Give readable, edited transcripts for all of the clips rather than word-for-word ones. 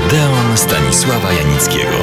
Odeon Stanisława Janickiego.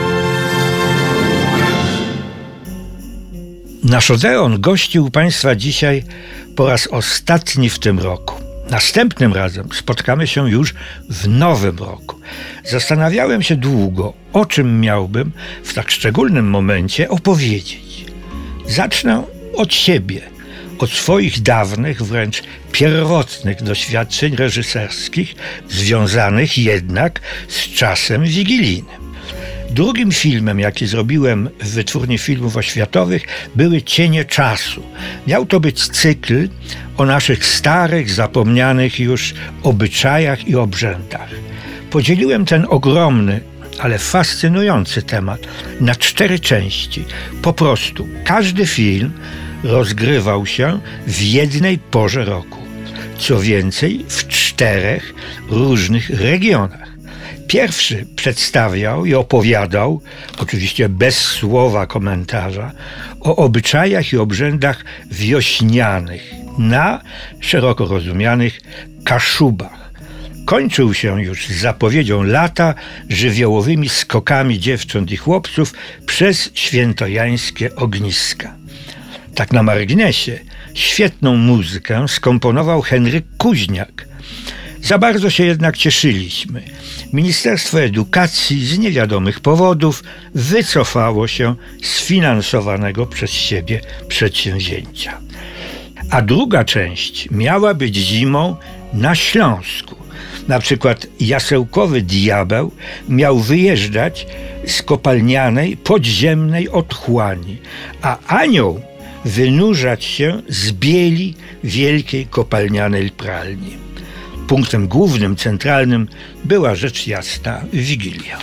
Nasz Odeon gościł Państwa dzisiaj po raz ostatni w tym roku. Następnym razem spotkamy się już w nowym roku. Zastanawiałem się długo, o czym miałbym w tak szczególnym momencie opowiedzieć. Zacznę od siebie, od swoich dawnych, wręcz pierwotnych doświadczeń reżyserskich, związanych jednak z czasem wigilijnym. Drugim filmem, jaki zrobiłem w Wytwórni Filmów Oświatowych, były Cienie czasu. Miał to być cykl o naszych starych, zapomnianych już obyczajach i obrzędach. Podzieliłem ten ogromny, ale fascynujący temat na 4 części. Po prostu każdy film rozgrywał się w jednej porze roku. Co więcej, w 4 różnych regionach. Pierwszy przedstawiał i opowiadał, oczywiście bez słowa komentarza, o obyczajach i obrzędach wiośnianych na szeroko rozumianych Kaszubach. Kończył się już z zapowiedzią lata, żywiołowymi skokami dziewcząt i chłopców przez świętojańskie ogniska. Tak na marginesie, świetną muzykę skomponował Henryk Kuźniak. Za bardzo się jednak cieszyliśmy. Ministerstwo Edukacji z niewiadomych powodów wycofało się z finansowanego przez siebie przedsięwzięcia. A druga część miała być zimą na Śląsku. Na przykład Jasełkowy Diabeł miał wyjeżdżać z kopalnianej, podziemnej otchłani, a Anioł wynurzać się z bieli wielkiej kopalnianej pralni. Punktem głównym, centralnym była rzecz jasna Wigilia.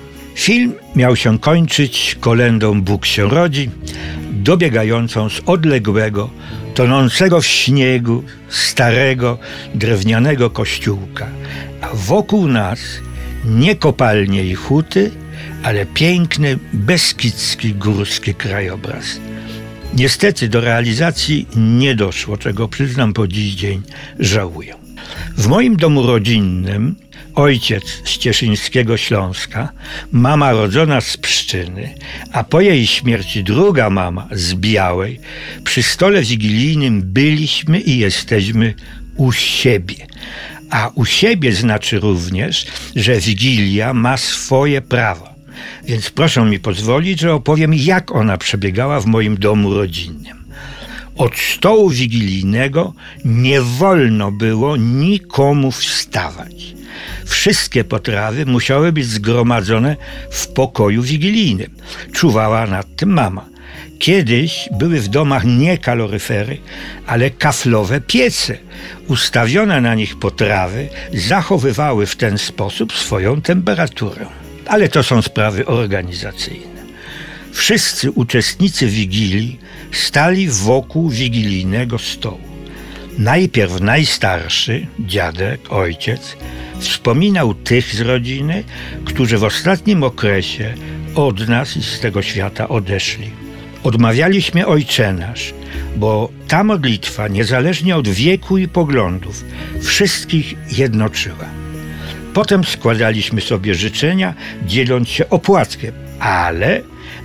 Film miał się kończyć kolendą Bóg się rodzi, dobiegającą z odległego, tonącego w śniegu, starego, drewnianego kościółka, a wokół nas nie kopalnie i huty, ale piękny, beskidzki, górski krajobraz. Niestety do realizacji nie doszło, czego przyznam po dziś dzień żałuję. W moim domu rodzinnym ojciec z Cieszyńskiego Śląska, mama rodzona z Pszczyny, a po jej śmierci druga mama z Białej, przy stole wigilijnym byliśmy i jesteśmy u siebie. A u siebie znaczy również, że Wigilia ma swoje prawa. Więc proszę mi pozwolić, że opowiem, jak ona przebiegała w moim domu rodzinnym. Od stołu wigilijnego nie wolno było nikomu wstawać. Wszystkie potrawy musiały być zgromadzone w pokoju wigilijnym. Czuwała nad tym mama. Kiedyś były w domach nie kaloryfery, ale kaflowe piece. Ustawione na nich potrawy zachowywały w ten sposób swoją temperaturę. Ale to są sprawy organizacyjne. Wszyscy uczestnicy Wigilii stali wokół wigilijnego stołu. Najpierw najstarszy, dziadek, ojciec, wspominał tych z rodziny, którzy w ostatnim okresie od nas i z tego świata odeszli. Odmawialiśmy Ojcze Nasz, bo ta modlitwa, niezależnie od wieku i poglądów, wszystkich jednoczyła. Potem składaliśmy sobie życzenia, dzieląc się opłatkiem, ale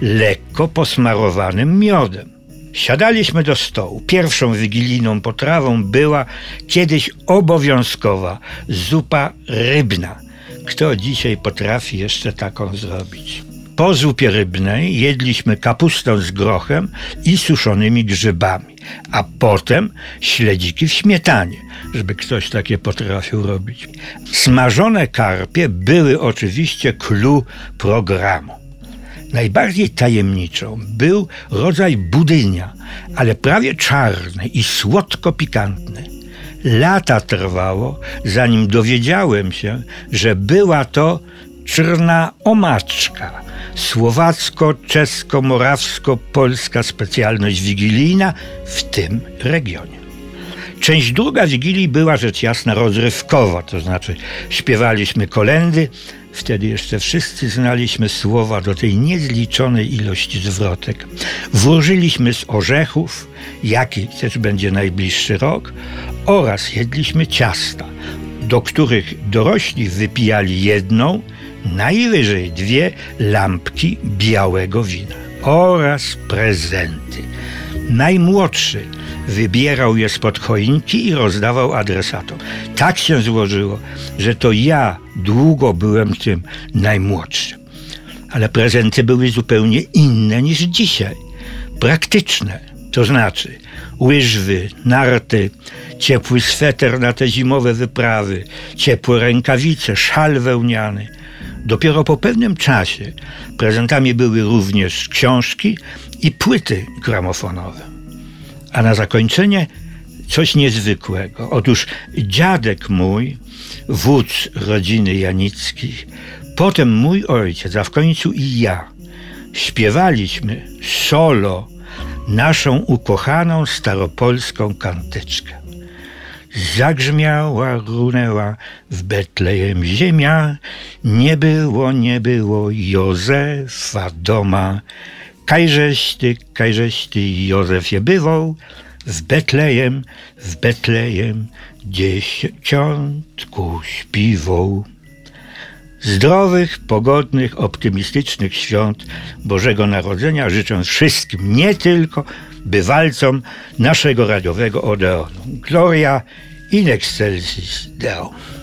lekko posmarowanym miodem. Siadaliśmy do stołu. Pierwszą wigilijną potrawą była kiedyś obowiązkowa zupa rybna. Kto dzisiaj potrafi jeszcze taką zrobić? Po zupie rybnej jedliśmy kapustę z grochem i suszonymi grzybami, a potem śledziki w śmietanie, żeby ktoś takie potrafił robić. Smażone karpie były oczywiście clou programu. Najbardziej tajemniczą był rodzaj budynia, ale prawie czarny i słodko-pikantny. Lata trwało, zanim dowiedziałem się, że była to czrna omaczka, słowacko-czesko-morawsko-polska specjalność wigilijna w tym regionie. Część druga Wigilii była rzecz jasna rozrywkowa, to znaczy śpiewaliśmy kolędy, wtedy jeszcze wszyscy znaliśmy słowa do tej niezliczonej ilości zwrotek. Wróżyliśmy z orzechów, jaki też będzie najbliższy rok, oraz jedliśmy ciasta. do których dorośli wypijali jedną, najwyżej 2 lampki białego wina oraz prezenty. Najmłodszy wybierał je spod choinki i rozdawał adresatom. Tak się złożyło, że to ja długo byłem tym najmłodszym. Ale prezenty były zupełnie inne niż dzisiaj. Praktyczne, to znaczy łyżwy, narty, ciepły sweter na te zimowe wyprawy, ciepłe rękawice, szal wełniany. Dopiero po pewnym czasie prezentami były również książki i płyty gramofonowe. A na zakończenie coś niezwykłego. Otóż dziadek mój, wódz rodziny Janickich, potem mój ojciec, a w końcu i ja śpiewaliśmy solo naszą ukochaną staropolską kantyczkę. Zagrzmiała, runęła w Betlejem ziemia, nie było Józefa doma. Kajżeś ty, Józefie bywał, w Betlejem, dzieciątku śpiwał. Zdrowych, pogodnych, optymistycznych świąt Bożego Narodzenia życzę wszystkim, nie tylko bywalcom naszego radiowego Odeonu. Gloria in excelsis Deo.